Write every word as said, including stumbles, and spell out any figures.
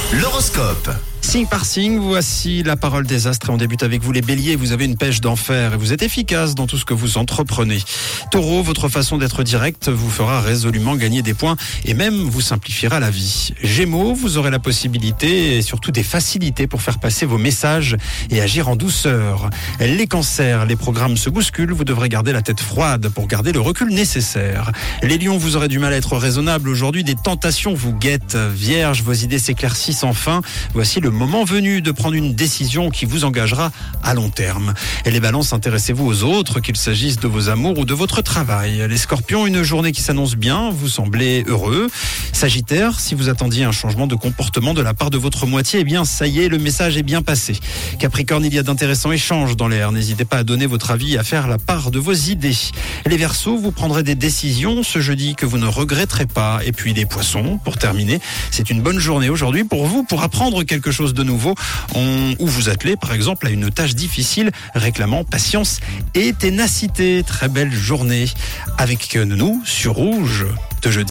L'horoscope. Signe par signe, voici la parole des astres et on débute avec vous les béliers. Vous avez une pêche d'enfer et vous êtes efficace dans tout ce que vous entreprenez. Taureau, votre façon d'être direct vous fera résolument gagner des points et même vous simplifiera la vie. Gémeaux, vous aurez la possibilité et surtout des facilités pour faire passer vos messages et agir en douceur. Les cancers, les programmes se bousculent, vous devrez garder la tête froide pour garder le recul nécessaire. Les lions, vous aurez du mal à être raisonnable aujourd'hui, des tentations vous guettent. Vierge, vos idées s'éclaircissent enfin. Voici le moment venu de prendre une décision qui vous engagera à long terme. Et les balances, intéressez-vous aux autres, qu'il s'agisse de vos amours ou de votre travail. Les scorpions, une journée qui s'annonce bien, vous semblez heureux. Sagittaire, si vous attendiez un changement de comportement de la part de votre moitié, eh bien ça y est, le message est bien passé. Capricorne, il y a d'intéressants échanges dans l'air. N'hésitez pas à donner votre avis et à faire la part de vos idées. Les Verseaux, vous prendrez des décisions ce jeudi que vous ne regretterez pas. Et puis les Poissons, pour terminer, c'est une bonne journée aujourd'hui pour vous, pour apprendre quelque chose de nouveau, on, ou vous atteler par exemple à une tâche difficile réclamant patience et ténacité. Très belle journée avec nous sur Rouge de jeudi.